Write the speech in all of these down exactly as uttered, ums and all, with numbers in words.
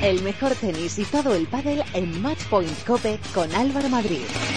El mejor tenis y todo el pádel en Match Point Cope con Álvaro Madrid.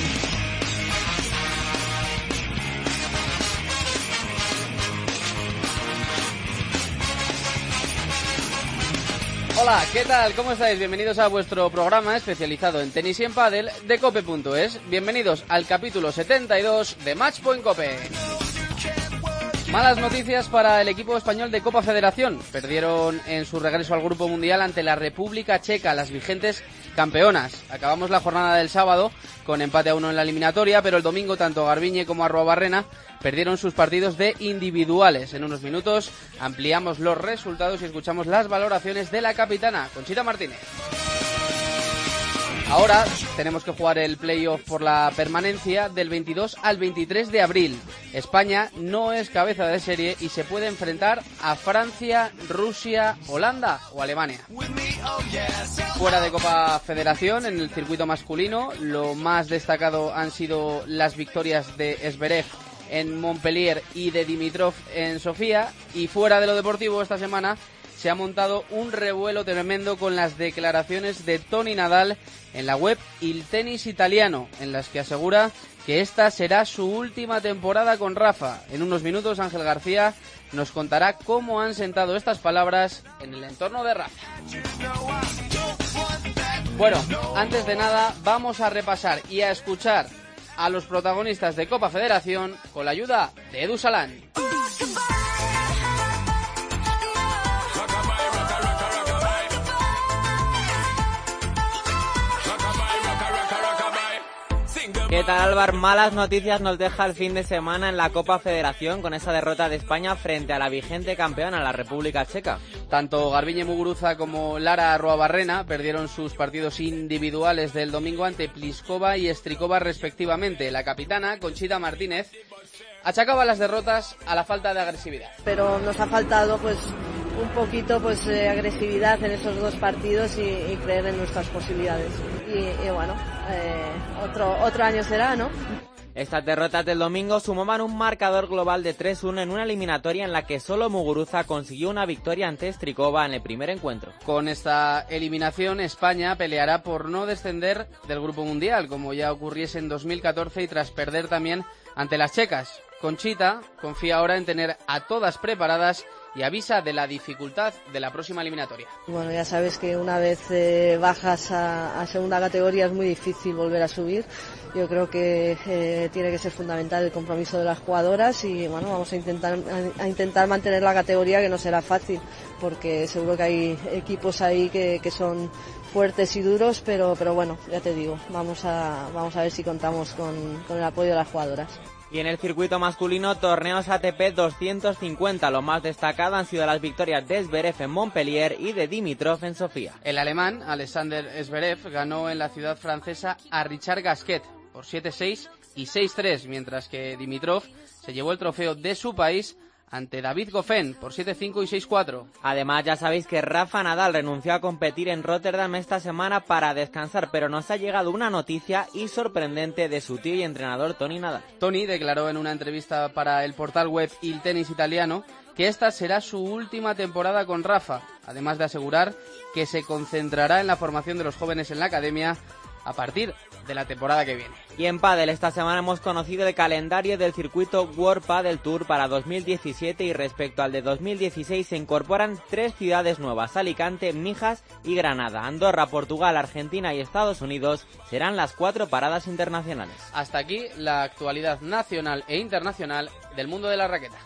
Hola, ¿qué tal? ¿Cómo estáis? Bienvenidos a vuestro programa especializado en tenis y en pádel de cope punto es. Bienvenidos al capítulo setenta y dos de Match Point Cope. Malas noticias para el equipo español de Copa Federación. Perdieron en su regreso al Grupo Mundial ante la República Checa, las vigentes campeonas. Acabamos la jornada del sábado con empate a uno en la eliminatoria, pero el domingo tanto Garbiñe como Arruabarrena perdieron sus partidos de individuales. En unos minutos ampliamos los resultados y escuchamos las valoraciones de la capitana, Conchita Martínez. Ahora tenemos que jugar el playoff por la permanencia del veintidós al veintitrés de abril. España no es cabeza de serie y se puede enfrentar a Francia, Rusia, Holanda o Alemania. Fuera de Copa Federación, en el circuito masculino, lo más destacado han sido las victorias de Zverev en Montpellier y de Dimitrov en Sofía. Y fuera de lo deportivo, esta semana se ha montado un revuelo tremendo con las declaraciones de Toni Nadal en la web Il Tenis Italiano, en las que asegura que esta será su última temporada con Rafa. En unos minutos Ángel García nos contará cómo han sentado estas palabras en el entorno de Rafa. Bueno, antes de nada vamos a repasar y a escuchar a los protagonistas de Copa Federación con la ayuda de Edu Salán. ¿Qué tal, Álvaro? Malas noticias nos deja el fin de semana en la Copa Federación con esa derrota de España frente a la vigente campeona, la República Checa. Tanto Garbiñe Muguruza como Lara Arruabarrena perdieron sus partidos individuales del domingo ante Pliskova y Strikova respectivamente. La capitana, Conchita Martínez, achacaba las derrotas a la falta de agresividad. Pero nos ha faltado pues un poquito pues eh, agresividad en esos dos partidos y, y creer en nuestras posibilidades. Y, y bueno, eh, otro otro año será, ¿no? Estas derrotas del domingo sumaban un marcador global de tres uno en una eliminatoria en la que solo Muguruza consiguió una victoria ante Strikova en el primer encuentro. Con esta eliminación, España peleará por no descender del Grupo Mundial, como ya ocurriese en dos mil catorce y tras perder también ante las checas. Conchita confía ahora en tener a todas preparadas y avisa de la dificultad de la próxima eliminatoria. Bueno, ya sabes que una vez eh, bajas a, a segunda categoría es muy difícil volver a subir. Yo creo que eh, tiene que ser fundamental el compromiso de las jugadoras y bueno, vamos a intentar a, a intentar mantener la categoría, que no será fácil, porque seguro que hay equipos ahí que, que son fuertes y duros, pero pero bueno, ya te digo, vamos a vamos a ver si contamos con, con el apoyo de las jugadoras. Y en el circuito masculino, torneos A T P doscientos cincuenta. Lo más destacado han sido las victorias de Zverev en Montpellier y de Dimitrov en Sofía. El alemán, Alexander Zverev, ganó en la ciudad francesa a Richard Gasquet por siete seis y seis tres, mientras que Dimitrov se llevó el trofeo de su país ante David Goffin por siete cinco y seis cuatro. Además, ya sabéis que Rafa Nadal renunció a competir en Rotterdam esta semana para descansar, pero nos ha llegado una noticia y sorprendente de su tío y entrenador Toni Nadal. Toni declaró en una entrevista para el portal web Il Tenis Italiano que esta será su última temporada con Rafa, además de asegurar que se concentrará en la formación de los jóvenes en la academia a partir de la temporada que viene. Y en pádel, esta semana hemos conocido el calendario del circuito World Padel Tour para dos mil diecisiete y respecto al de dos mil dieciséis se incorporan tres ciudades nuevas: Alicante, Mijas y Granada. Andorra, Portugal, Argentina y Estados Unidos serán las cuatro paradas internacionales. Hasta aquí la actualidad nacional e internacional del mundo de la raqueta.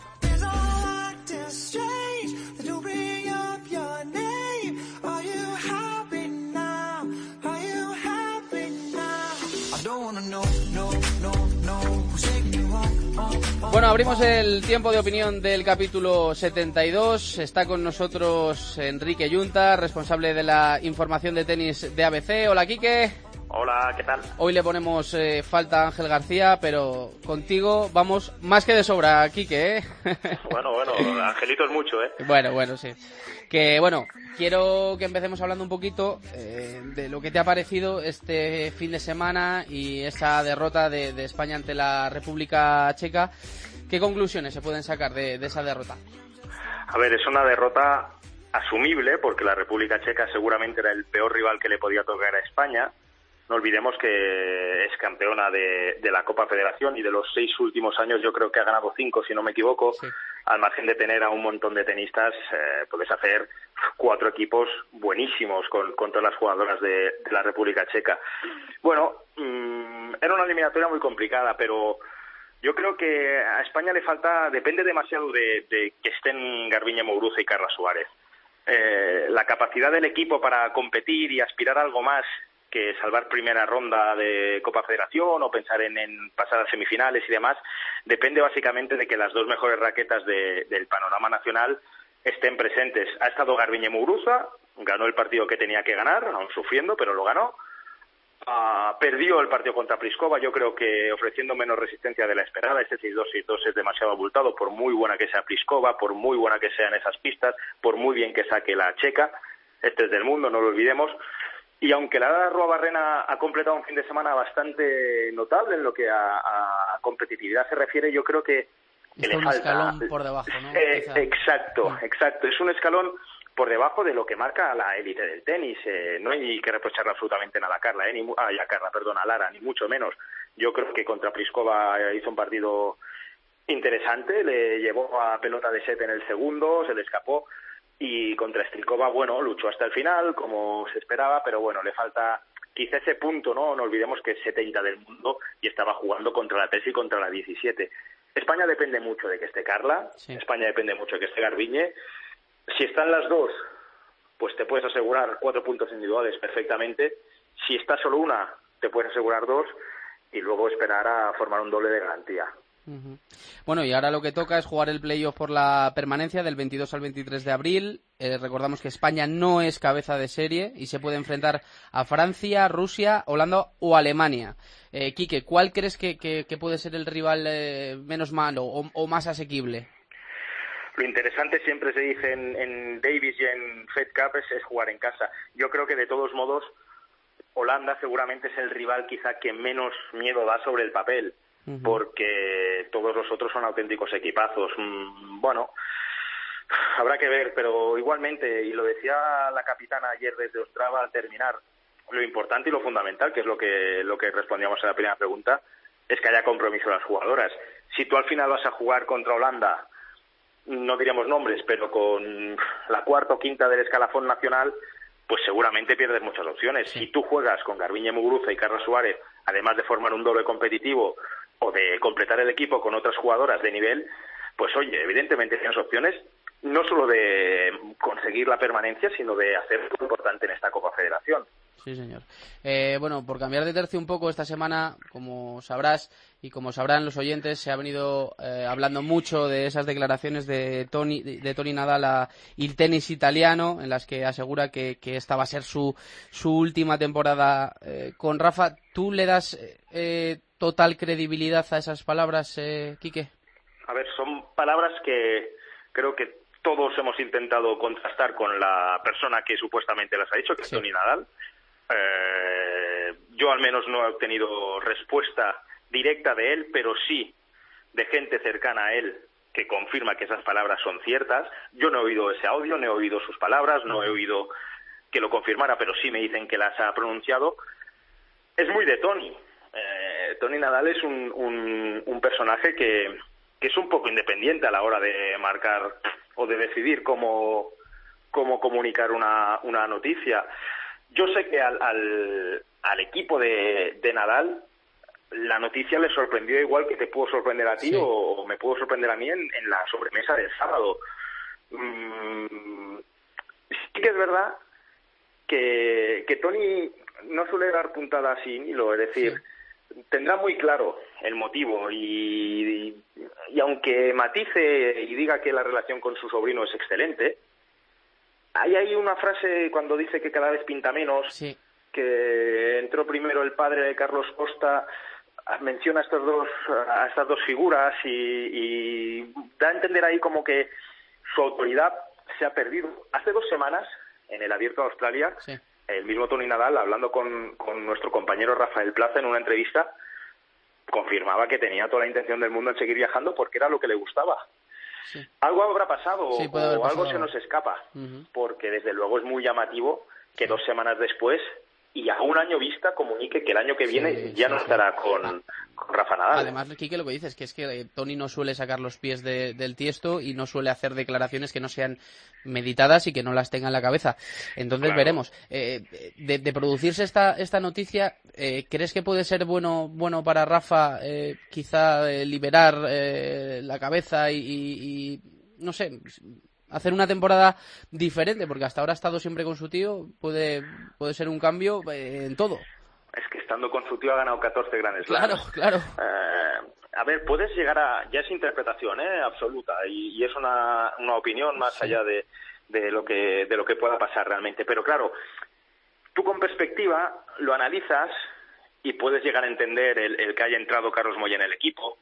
Bueno, abrimos el tiempo de opinión del capítulo setenta y dos. Está con nosotros Enrique Yunta, responsable de la información de tenis de A B C. Hola, Quique. Hola, ¿qué tal? Hoy le ponemos eh, falta a Ángel García, pero contigo vamos más que de sobra, Quique, ¿eh? Bueno, bueno, Angelito es mucho, ¿eh? Bueno, bueno, sí. Que, bueno, quiero que empecemos hablando un poquito eh, de lo que te ha parecido este fin de semana y esa derrota de, de España ante la República Checa. ¿Qué conclusiones se pueden sacar de, de esa derrota? A ver, es una derrota asumible, porque la República Checa seguramente era el peor rival que le podía tocar a España. No olvidemos que es campeona de, de la Copa Federación y de los seis últimos años yo creo que ha ganado cinco, si no me equivoco. Sí. Al margen de tener a un montón de tenistas, eh, puedes hacer cuatro equipos buenísimos con, con todas las jugadoras de, de la República Checa. Bueno, mmm, era una eliminatoria muy complicada, pero yo creo que a España le falta, depende demasiado de, de que estén Garbiñe Muguruza y Carla Suárez. Eh, la capacidad del equipo para competir y aspirar a algo más que salvar primera ronda de Copa Federación o pensar en, en pasar a semifinales y demás, depende básicamente de que las dos mejores raquetas de, del panorama nacional estén presentes. Ha estado Garbiñe Muguruza, ganó el partido que tenía que ganar, aún sufriendo, pero lo ganó. Uh, perdió el partido contra Pliskova, yo creo que ofreciendo menos resistencia de la esperada. Este seis dos seis dos es demasiado abultado, por muy buena que sea Pliskova, por muy buena que sean esas pistas, por muy bien que saque la checa. Este es del mundo, no lo olvidemos. Y aunque la Arruabarrena ha completado un fin de semana bastante notable en lo que a, a competitividad se refiere, yo creo que, que le un falta... escalón por debajo, ¿no? Eh, exacto, exacto. Es un escalón por debajo de lo que marca la élite del tenis. Eh, no hay que reprocharle absolutamente nada a Carla, eh, ni, ay, a Carla, perdón, a Lara, ni mucho menos. Yo creo que contra Pliskova hizo un partido interesante, le llevó a pelota de set en el segundo, se le escapó. Y contra Strelkova, bueno, luchó hasta el final, como se esperaba, pero bueno, le falta quizá ese punto, ¿no? No olvidemos que es setenta del mundo y estaba jugando contra la Tesi y contra la diecisiete. España depende mucho de que esté Carla, sí. España depende mucho de que esté Garbiñe. Si están las dos, pues te puedes asegurar cuatro puntos individuales perfectamente. Si está solo una, te puedes asegurar dos y luego esperar a formar un doble de garantía. Uh-huh. Bueno, y ahora lo que toca es jugar el playoff por la permanencia del veintidós al veintitrés de abril. Eh, recordamos que España no es cabeza de serie y se puede enfrentar a Francia, Rusia, Holanda o Alemania. Eh, Quique, ¿cuál crees que, que, que puede ser el rival eh, menos malo o, o más asequible? Lo interesante, siempre se dice en, en Davis y en Fed Cup, es, es jugar en casa. Yo creo que de todos modos Holanda seguramente es el rival quizá que menos miedo da sobre el papel. Uh-huh. Porque todos los otros son auténticos equipazos. Bueno, habrá que ver, pero igualmente, y lo decía la capitana ayer desde Ostrava al terminar, lo importante y lo fundamental, que es lo que lo que respondíamos en la primera pregunta, es que haya compromiso de las jugadoras. Si tú al final vas a jugar contra Holanda, no diríamos nombres, pero con la cuarta o quinta del escalafón nacional, pues seguramente pierdes muchas opciones. Sí. Si tú juegas con Garbiñe Muguruza y Carla Suárez, además de formar un doble competitivo o de completar el equipo con otras jugadoras de nivel, pues oye, evidentemente tienes opciones no solo de conseguir la permanencia, sino de hacer algo importante en esta Copa Federación. Sí, señor. Eh, bueno, por cambiar de tercio un poco, esta semana, como sabrás y como sabrán los oyentes, se ha venido eh, hablando mucho de esas declaraciones de Toni, de, de Toni Nadal a el tenis italiano, en las que asegura que, que esta va a ser su, su última temporada eh, con Rafa. ¿Tú le das eh, total credibilidad a esas palabras, eh, Quique? A ver, son palabras que creo que todos hemos intentado contrastar con la persona que supuestamente las ha dicho, que es sí. Toni Nadal. Eh, yo al menos no he obtenido respuesta directa de él, pero sí de gente cercana a él que confirma que esas palabras son ciertas. Yo no he oído ese audio, no he oído sus palabras, no he oído que lo confirmara, pero sí me dicen que las ha pronunciado. Es muy de Toni. Eh, Toni Nadal es un, un, un personaje que, que es un poco independiente a la hora de marcar o de decidir cómo, cómo comunicar una, una noticia. Yo sé que al, al, al equipo de, de Nadal la noticia le sorprendió igual que te pudo sorprender a ti sí. o, o me pudo sorprender a mí en, en la sobremesa del sábado. Mm, sí que es verdad que, que Toni no suele dar puntadas sin hilo, es decir, sí. tendrá muy claro el motivo y, y, y aunque matice y diga que la relación con su sobrino es excelente, hay ahí una frase cuando dice que cada vez pinta menos, sí. que entró primero el padre de Carlos Costa, menciona a estas dos, a estas dos figuras y, y da a entender ahí como que su autoridad se ha perdido. Hace dos semanas, en el Abierto de Australia, sí. el mismo Toni Nadal, hablando con, con nuestro compañero Rafael Plaza en una entrevista, confirmaba que tenía toda la intención del mundo en seguir viajando porque era lo que le gustaba. sí. Algo habrá pasado, sí, o pasado algo algo se nos escapa, uh-huh. porque desde luego es muy llamativo que dos semanas después y a un año vista comunique que el año que viene sí, ya sí, no sí. estará con, ah. con Rafa Nadal. Además, Quique, lo que dices que es que Toni no suele sacar los pies de, del tiesto y no suele hacer declaraciones que no sean meditadas y que no las tenga en la cabeza. Entonces claro. veremos. Eh, de, de producirse esta esta noticia, eh, ¿crees que puede ser bueno bueno para Rafa eh, quizá eh, liberar eh, la cabeza y, y, y no sé, hacer una temporada diferente? Porque hasta ahora ha estado siempre con su tío, puede puede ser un cambio eh, en todo. Es que estando con su tío ha ganado catorce Grand Slams. Claro, claro. Eh, a ver, puedes llegar a... Ya es interpretación, ¿eh? Absoluta. Y, y es una, una opinión más sí. allá de, de, lo que, de lo que pueda pasar realmente. Pero claro, tú con perspectiva lo analizas y puedes llegar a entender el, el que haya entrado Carlos Moya en el equipo.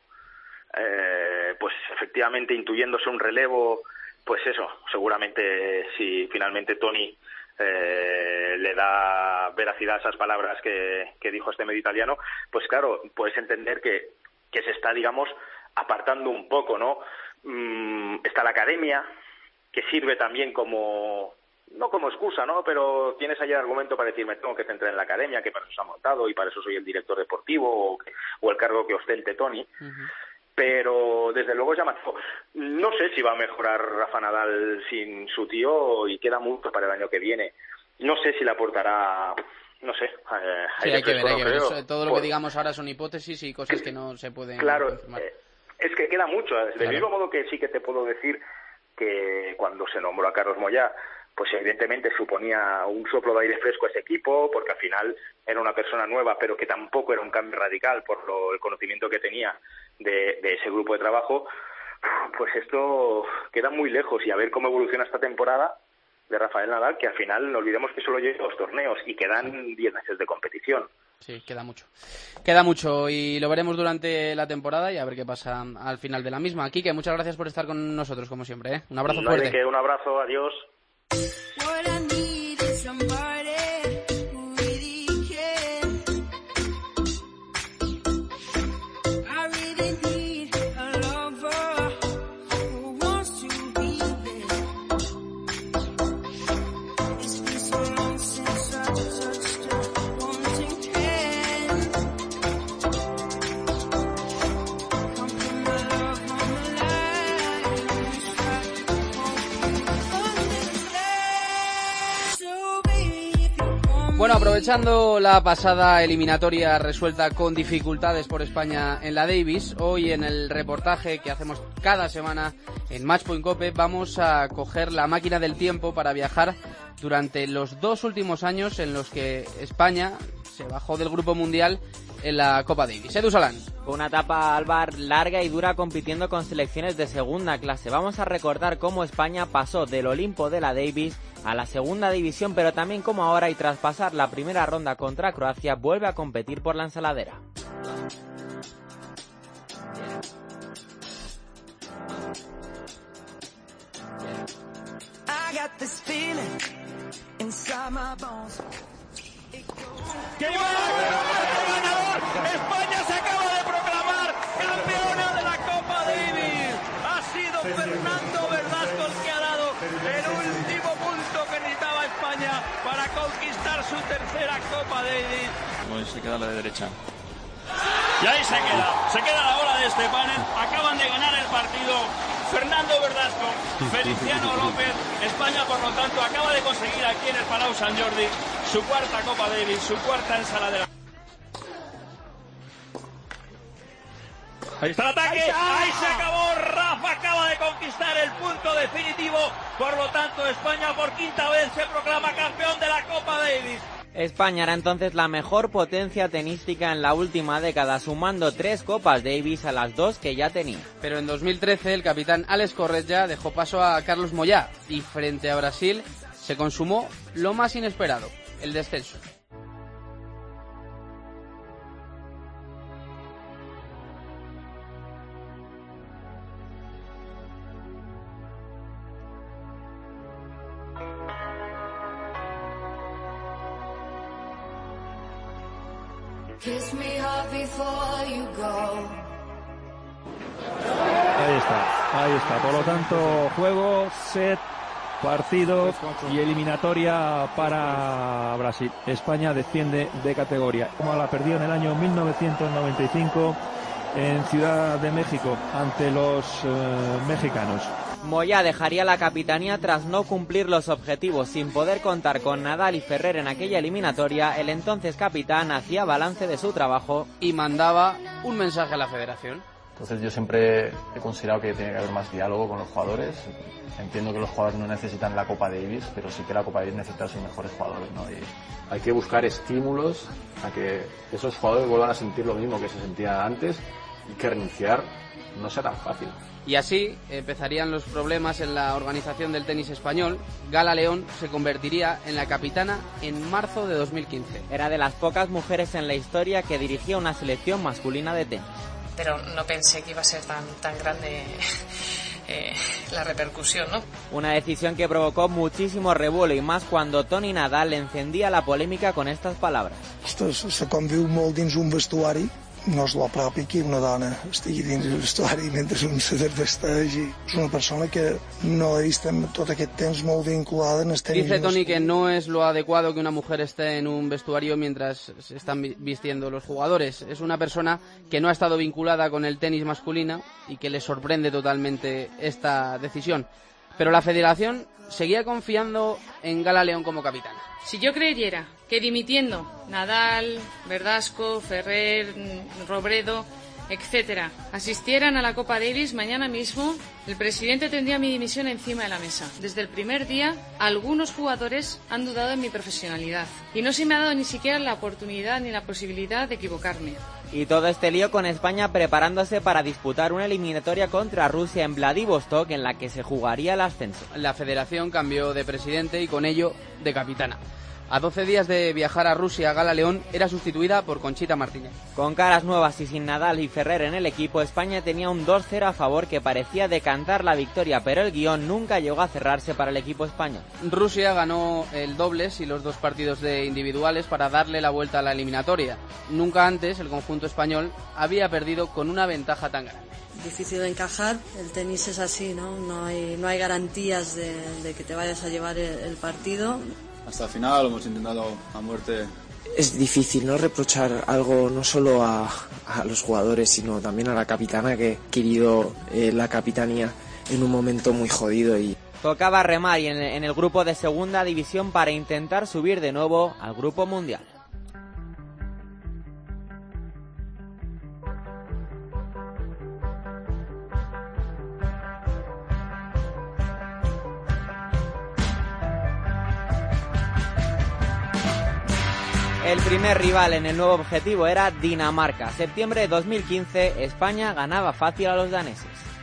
Eh, pues efectivamente intuyéndose un relevo, pues eso, seguramente si finalmente Toni... Eh, le da veracidad a esas palabras que, que dijo este medio italiano, pues claro, puedes entender que, que se está, digamos, apartando un poco, ¿no? Mm, está la academia, que sirve también como, no como excusa, ¿no? Pero tienes ahí el argumento para decir, me tengo que centrar en la academia, que para eso se ha montado y para eso soy el director deportivo o, que, o el cargo que ostente Toni. Uh-huh. Pero desde luego ya llamativo. No sé si va a mejorar Rafa Nadal sin su tío y queda mucho para el año que viene. No sé si le aportará, no sé. Eh, sí, hay que ver, hay que ver. Eso, todo lo Por... que digamos ahora son hipótesis y cosas que no se pueden claro, confirmar. Eh, es que queda mucho. Del claro. mismo modo que sí que te puedo decir que cuando se nombró a Carlos Moya, pues evidentemente suponía un soplo de aire fresco a ese equipo, porque al final era una persona nueva, pero que tampoco era un cambio radical por lo, el conocimiento que tenía de, de ese grupo de trabajo. Pues esto queda muy lejos y a ver cómo evoluciona esta temporada de Rafael Nadal, que al final no olvidemos que solo lleva dos torneos y quedan diez meses de competición. Sí, queda mucho. Queda mucho y lo veremos durante la temporada y a ver qué pasa al final de la misma. Quique, muchas gracias por estar con nosotros, como siempre, ¿eh? Un abrazo no fuerte. Hay de qué, un abrazo, adiós. Bueno, aprovechando la pasada eliminatoria resuelta con dificultades por España en la Davis, hoy en el reportaje que hacemos cada semana en Matchpoint Cope vamos a coger la máquina del tiempo para viajar durante los dos últimos años en los que España se bajó del grupo mundial en la Copa Davis. Edu Salán. Fue una etapa, Álvar, larga y dura compitiendo con selecciones de segunda clase. Vamos a recordar cómo España pasó del Olimpo de la Davis a la segunda división, pero también cómo ahora y tras pasar la primera ronda contra Croacia vuelve a competir por la ensaladera. ¡Qué bueno! ¡Ganador! ¡España se acaba de proclamar campeona de la Copa Davis! Ha sido Fernando Verdasco el que ha dado el último punto que necesitaba España para conquistar su tercera Copa Davis. Bueno, se queda la de derecha. Y ahí se queda, se queda la bola de este panel. Acaban de ganar el partido Fernando Verdasco, Feliciano López. España, por lo tanto, acaba de conseguir aquí en el Palau Sant Jordi su cuarta Copa Davis, su cuarta ensaladera. Ahí está el ataque, ahí se acabó. Rafa acaba de conquistar el punto definitivo. Por lo tanto, España por quinta vez se proclama campeón de la Copa Davis. España era entonces la mejor potencia tenística en la última década, sumando tres Copas Davis a las dos que ya tenía. Pero en dos mil trece el capitán Alex Corretja dejó paso a Carlos Moyá y frente a Brasil se consumó lo más inesperado, el descenso. Kiss me hard before you go. Ahí está. Ahí está, por lo tanto, juego, set, partido y eliminatoria para Brasil. España desciende de categoría. Como la perdió en el año mil novecientos noventa y cinco en Ciudad de México ante los eh, mexicanos. Moya dejaría la capitanía tras no cumplir los objetivos. Sin poder contar con Nadal y Ferrer en aquella eliminatoria, el entonces capitán hacía balance de su trabajo y mandaba un mensaje a la federación. Entonces yo siempre he considerado que tiene que haber más diálogo con los jugadores. Entiendo que los jugadores no necesitan la Copa Davis, pero sí que la Copa Davis necesita a sus mejores jugadores, ¿no? Y hay que buscar estímulos a que esos jugadores vuelvan a sentir lo mismo que se sentía antes y que renunciar no sea tan fácil. Y así empezarían los problemas en la organización del tenis español. Gala León se convertiría en la capitana en marzo de dos mil quince. Era de las pocas mujeres en la historia que dirigía una selección masculina de tenis. Pero no pensé que iba a ser tan, tan grande eh, la repercusión, ¿no? Una decisión que provocó muchísimo revuelo y más cuando Toni Nadal encendía la polémica con estas palabras. Ostres, se conviu molt dins un vestuari. No és la pròpia que una dona estigui dins el vestuari mentre un se desvesteix. És una persona que no l'he vist en tot aquest temps molt vinculada en el tenis. Dice Toni que no es lo adecuado que una mujer esté en un vestuario mientras se están vistiendo los jugadores. Es una persona que no ha estado vinculada con el tenis masculino y que le sorprende totalmente esta decisión. Pero la federación seguía confiando en Gala León como capitana. Si yo creyera que dimitiendo Nadal, Verdasco, Ferrer, Robredo, etcétera, asistieran a la Copa Davis mañana mismo, el presidente tendría mi dimisión encima de la mesa. Desde el primer día, algunos jugadores han dudado de mi profesionalidad y no se me ha dado ni siquiera la oportunidad ni la posibilidad de equivocarme. Y todo este lío con España preparándose para disputar una eliminatoria contra Rusia en Vladivostok en la que se jugaría el ascenso. La federación cambió de presidente y con ello de capitana. A doce días de viajar a Rusia, Gala León era sustituida por Conchita Martínez. Con caras nuevas y sin Nadal y Ferrer en el equipo, España tenía un dos cero a favor que parecía decantar la victoria, pero el guión nunca llegó a cerrarse para el equipo español. Rusia ganó el dobles y los dos partidos de individuales para darle la vuelta a la eliminatoria. Nunca antes el conjunto español había perdido con una ventaja tan grande. Difícil de encajar, el tenis es así, ¿no? No hay, no hay garantías de, de que te vayas a llevar el, el partido. Hasta el final lo hemos intentado a muerte. Es difícil, ¿no?, reprochar algo no solo a, a los jugadores, sino también a la capitana, que ha querido eh, la capitanía en un momento muy jodido. Y tocaba remar y en, en el grupo de segunda división para intentar subir de nuevo al grupo mundial. El primer rival en el nuevo objetivo era Dinamarca. Septiembre de dos mil quince, España ganaba fácil a los daneses.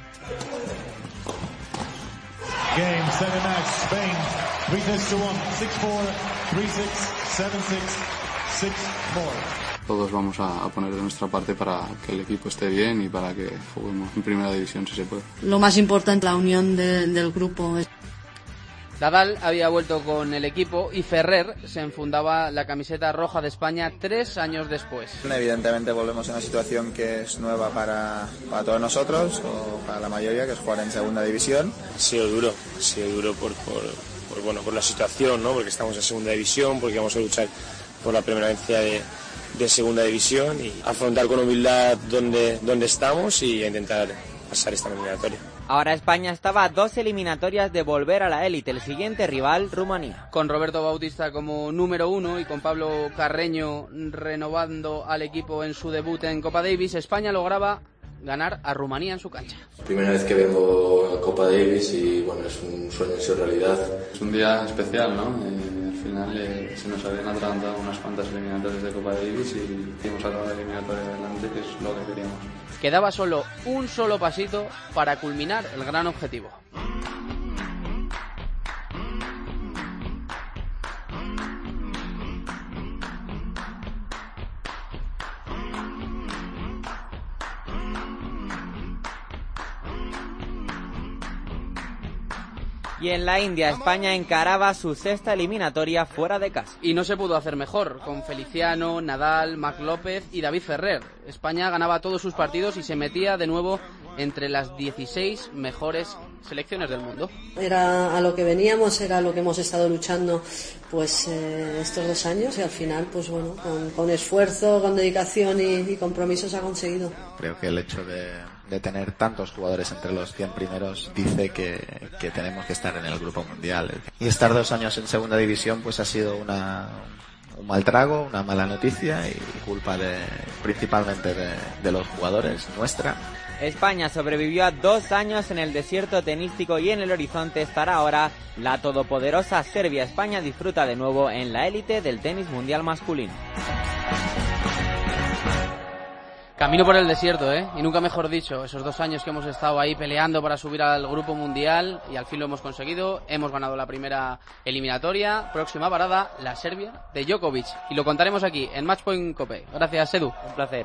Game, seven match, Spain, three sets to one, six four, three six, seven six, six four. Todos vamos a, a poner de nuestra parte para que el equipo esté bien y para que juguemos en primera división si se puede. Lo más importante, la unión de, del grupo. Nadal había vuelto con el equipo y Ferrer se enfundaba la camiseta roja de España tres años después. Evidentemente volvemos a una situación que es nueva para, para todos nosotros, o para la mayoría, que es jugar en segunda división. Ha sido duro, ha sido duro por, por, por, bueno, por la situación, ¿no? Porque estamos en segunda división, porque vamos a luchar por la permanencia de, de segunda división y afrontar con humildad donde, donde estamos y intentar pasar esta eliminatoria. Ahora España estaba a dos eliminatorias de volver a la élite. El siguiente rival, Rumanía. Con Roberto Bautista como número uno y con Pablo Carreño renovando al equipo en su debut en Copa Davis, España lograba ganar a Rumanía en su cancha. Primera vez que vengo a Copa Davis y bueno, es un sueño hecho realidad. Es un día especial, ¿no? Eh, al final eh, se nos habían atragantado unas cuantas eliminatorias de Copa Davis y hicimos a la eliminatoria adelante, que es lo que queríamos. Quedaba solo un solo pasito para culminar el gran objetivo. Y en la India, España encaraba su sexta eliminatoria fuera de casa. Y no se pudo hacer mejor, con Feliciano, Nadal, Marc López y David Ferrer. España ganaba todos sus partidos y se metía de nuevo entre las dieciséis mejores selecciones del mundo. Era a lo que veníamos, era a lo que hemos estado luchando pues eh, estos dos años y al final pues bueno, con, con esfuerzo, con dedicación y, y compromiso se ha conseguido. Creo que el hecho de, de tener tantos jugadores entre los cien primeros dice que, que tenemos que estar en el grupo mundial. Y estar dos años en segunda división pues ha sido una, un mal trago, una mala noticia y culpa de, principalmente de, de los jugadores, nuestra. España sobrevivió a dos años en el desierto tenístico y en el horizonte estará ahora la todopoderosa Serbia. España disfruta de nuevo en la élite del tenis mundial masculino. Camino por el desierto, ¿eh? Y nunca mejor dicho, esos dos años que hemos estado ahí peleando para subir al grupo mundial y al fin lo hemos conseguido, hemos ganado la primera eliminatoria, próxima parada, la Serbia de Djokovic. Y lo contaremos aquí en Matchpoint Cope. Gracias, Edu. Un placer.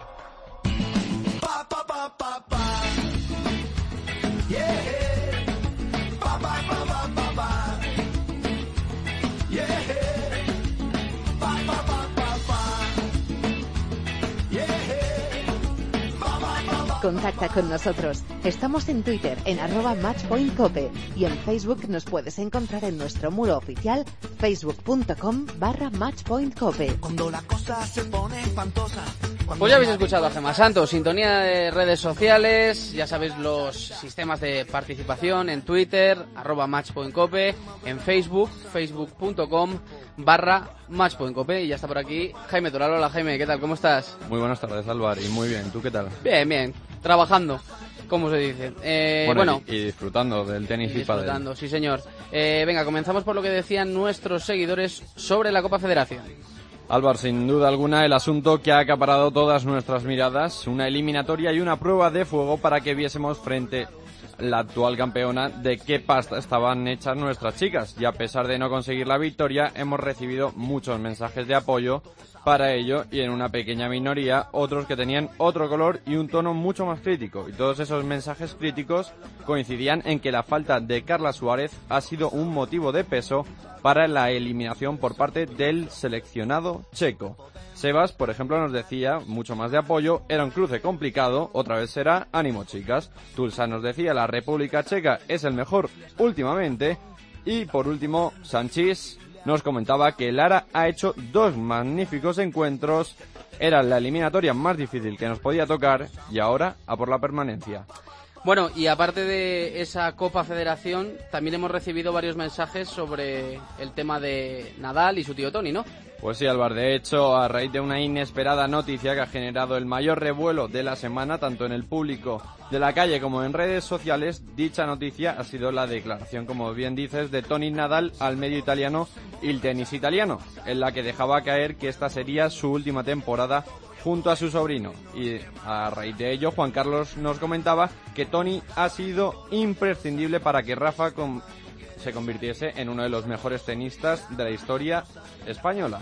Contacta con nosotros. Estamos en Twitter en arroba matchpointcope y en Facebook nos puedes encontrar en nuestro muro oficial facebook.com barra matchpointcope. Cuando la cosa se pone espantosa. Pues ya habéis escuchado a Gemma Santos, sintonía de redes sociales, ya sabéis los sistemas de participación en Twitter, arroba matchpointcope, en Facebook, facebook.com barra matchpointcope y ya está por aquí Jaime Toral. Hola Jaime, ¿qué tal? ¿Cómo estás? Muy buenas tardes, Álvaro, y muy bien, ¿tú qué tal? Bien, bien, trabajando, como se dice. Eh, bueno, bueno y, y disfrutando del tenis y, y pádel. Disfrutando, sí señor. Eh, venga, comenzamos por lo que decían nuestros seguidores sobre la Copa Federación. Álvaro, sin duda alguna, el asunto que ha acaparado todas nuestras miradas, una eliminatoria y una prueba de fuego para que viésemos frente la actual campeona de qué pasta estaban hechas nuestras chicas. Y a pesar de no conseguir la victoria, hemos recibido muchos mensajes de apoyo para ello y en una pequeña minoría otros que tenían otro color y un tono mucho más crítico. Y todos esos mensajes críticos coincidían en que la falta de Carla Suárez ha sido un motivo de peso para la eliminación por parte del seleccionado checo. Sebas, por ejemplo, nos decía mucho más de apoyo, era un cruce complicado, otra vez será ánimo chicas. Tulsa nos decía la República Checa es el mejor últimamente. Y por último, Sanchís nos comentaba que Lara ha hecho dos magníficos encuentros, era la eliminatoria más difícil que nos podía tocar y ahora a por la permanencia. Bueno, y aparte de esa Copa Federación, también hemos recibido varios mensajes sobre el tema de Nadal y su tío Toni, ¿no? Pues sí, Álvaro, de hecho, a raíz de una inesperada noticia que ha generado el mayor revuelo de la semana, tanto en el público de la calle como en redes sociales, dicha noticia ha sido la declaración, como bien dices, de Toni Nadal al medio italiano Il Tennis Italiano, en la que dejaba caer que esta sería su última temporada junto a su sobrino. Y a raíz de ello, Juan Carlos nos comentaba que Toni ha sido imprescindible para que Rafa con... se convirtiese en uno de los mejores tenistas de la historia española.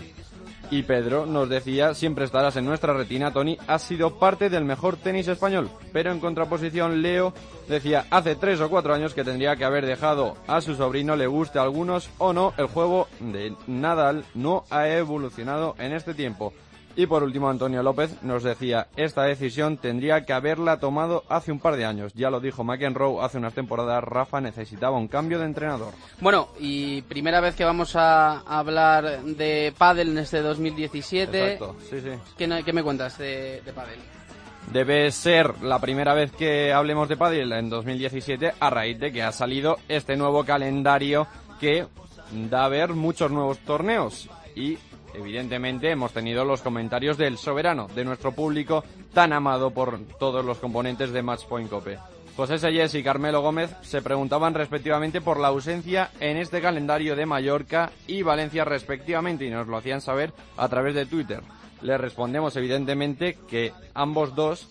Y Pedro nos decía, siempre estarás en nuestra retina, Toni ha sido parte del mejor tenis español. Pero en contraposición, Leo decía, hace tres o cuatro años que tendría que haber dejado a su sobrino, le guste a algunos o no, el juego de Nadal no ha evolucionado en este tiempo. Y por último, Antonio López nos decía, esta decisión tendría que haberla tomado hace un par de años. Ya lo dijo McEnroe hace unas temporadas, Rafa necesitaba un cambio de entrenador. Bueno, y primera vez que vamos a hablar de pádel en este dos mil diecisiete. Exacto, sí, sí. ¿Qué, qué me cuentas de, de pádel? Debe ser la primera vez que hablemos de pádel en dos mil diecisiete a raíz de que ha salido este nuevo calendario que da a ver muchos nuevos torneos y evidentemente hemos tenido los comentarios del soberano, de nuestro público tan amado por todos los componentes de Matchpoint Cope. José Sellés y Carmelo Gómez se preguntaban respectivamente por la ausencia en este calendario de Mallorca y Valencia respectivamente y nos lo hacían saber a través de Twitter. Les respondemos evidentemente que ambos dos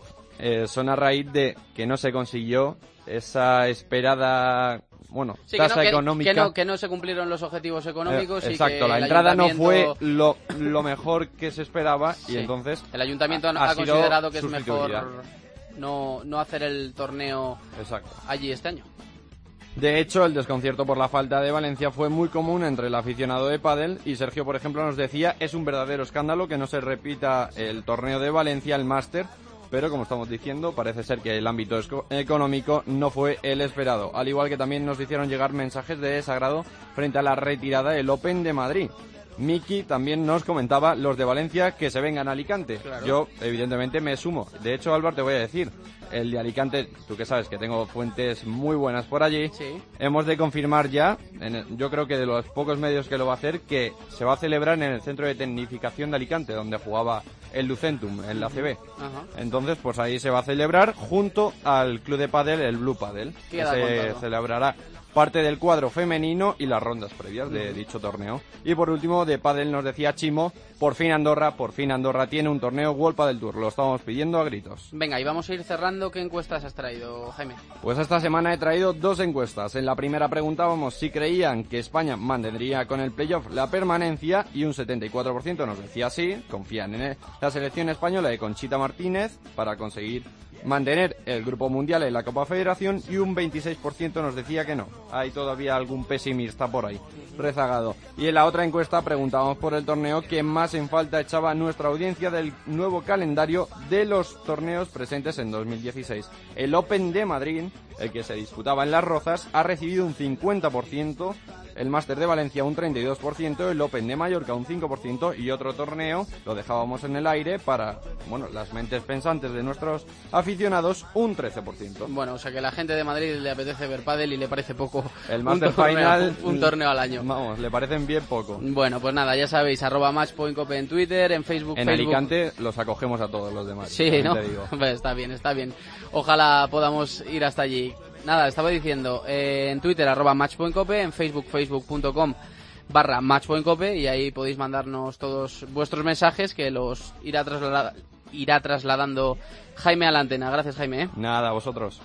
eh, son a raíz de que no se consiguió esa esperada... Bueno, sí, tasa que no, que, económica. Que no, que no se cumplieron los objetivos económicos. Eh, y exacto, que la entrada ayuntamiento... no fue lo, lo mejor que se esperaba y sí. entonces. El ayuntamiento ha, ha, ha considerado que es mejor no, no hacer el torneo exacto. allí este año. De hecho, el desconcierto por la falta de Valencia fue muy común entre el aficionado de pádel y Sergio, por ejemplo, nos decía es un verdadero escándalo que no se repita el torneo de Valencia, el Máster. pero como estamos diciendo, parece ser que el ámbito económico no fue el esperado, al igual que también nos hicieron llegar mensajes de desagrado frente a la retirada del Open de Madrid. Miki también nos comentaba los de Valencia que se vengan a Alicante. Claro. Yo, evidentemente, me sumo. De hecho, Álvaro, te voy a decir, el de Alicante, tú que sabes que tengo fuentes muy buenas por allí, sí. Hemos de confirmar ya, en el, yo creo que de los pocos medios que lo va a hacer, que se va a celebrar en el Centro de Tecnificación de Alicante, donde jugaba el Lucentum, en la A C B. Ajá. Entonces, pues ahí se va a celebrar junto al club de pádel, el Blue Padel, que se celebrará parte del cuadro femenino y las rondas previas de dicho torneo. Y por último, de pádel nos decía Chimo, por fin Andorra, por fin Andorra tiene un torneo World Padel Tour, lo estamos pidiendo a gritos. Venga, y vamos a ir cerrando. ¿Qué encuestas has traído, Jaime? Pues esta semana he traído dos encuestas. En la primera preguntábamos si creían que España mantendría con el playoff la permanencia y un setenta y cuatro por ciento nos decía sí, confían en la selección española de Conchita Martínez para conseguir mantener el grupo mundial en la Copa Federación, y un veintiséis por ciento nos decía que no. Hay todavía algún pesimista por ahí, rezagado. Y en la otra encuesta preguntábamos por el torneo que más en falta echaba nuestra audiencia del nuevo calendario de los torneos presentes en dos mil dieciséis. El Open de Madrid, el que se disputaba en Las Rozas, ha recibido un cincuenta por ciento, el Máster de Valencia un treinta y dos por ciento, el Open de Mallorca un cinco por ciento y otro torneo lo dejábamos en el aire para, bueno, las mentes pensantes de nuestros aficionados, un trece por ciento. Bueno, o sea que a la gente de Madrid le apetece ver pádel y le parece poco el Master un torneo, Final, un torneo al año. Vamos, le parecen bien poco. Bueno, pues nada, ya sabéis, arroba matchpointcope en Twitter, en Facebook. En Facebook. Alicante los acogemos a todos los demás. Sí, ¿no? Te digo. Pues está bien, está bien. Ojalá podamos ir hasta allí. Nada, estaba diciendo, eh, en Twitter, arroba matchpointcope, en Facebook, facebook.com barra matchpointcope, y ahí podéis mandarnos todos vuestros mensajes que los irá, traslada, irá trasladando Jaime a la antena. Gracias, Jaime. ¿eh? Nada, a vosotros.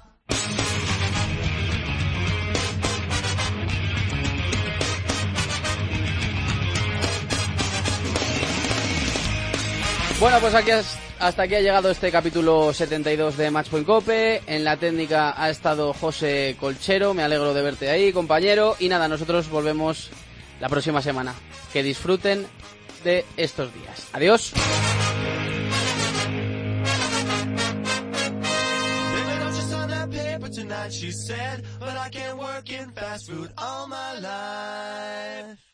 Bueno, pues aquí has, hasta aquí ha llegado este capítulo setenta y dos de Matchpoint Cope. En la técnica ha estado José Colchero. Me alegro de verte ahí, compañero. Y nada, nosotros volvemos la próxima semana. Que disfruten de estos días. Adiós. She said, but I can't work in fast food all my life.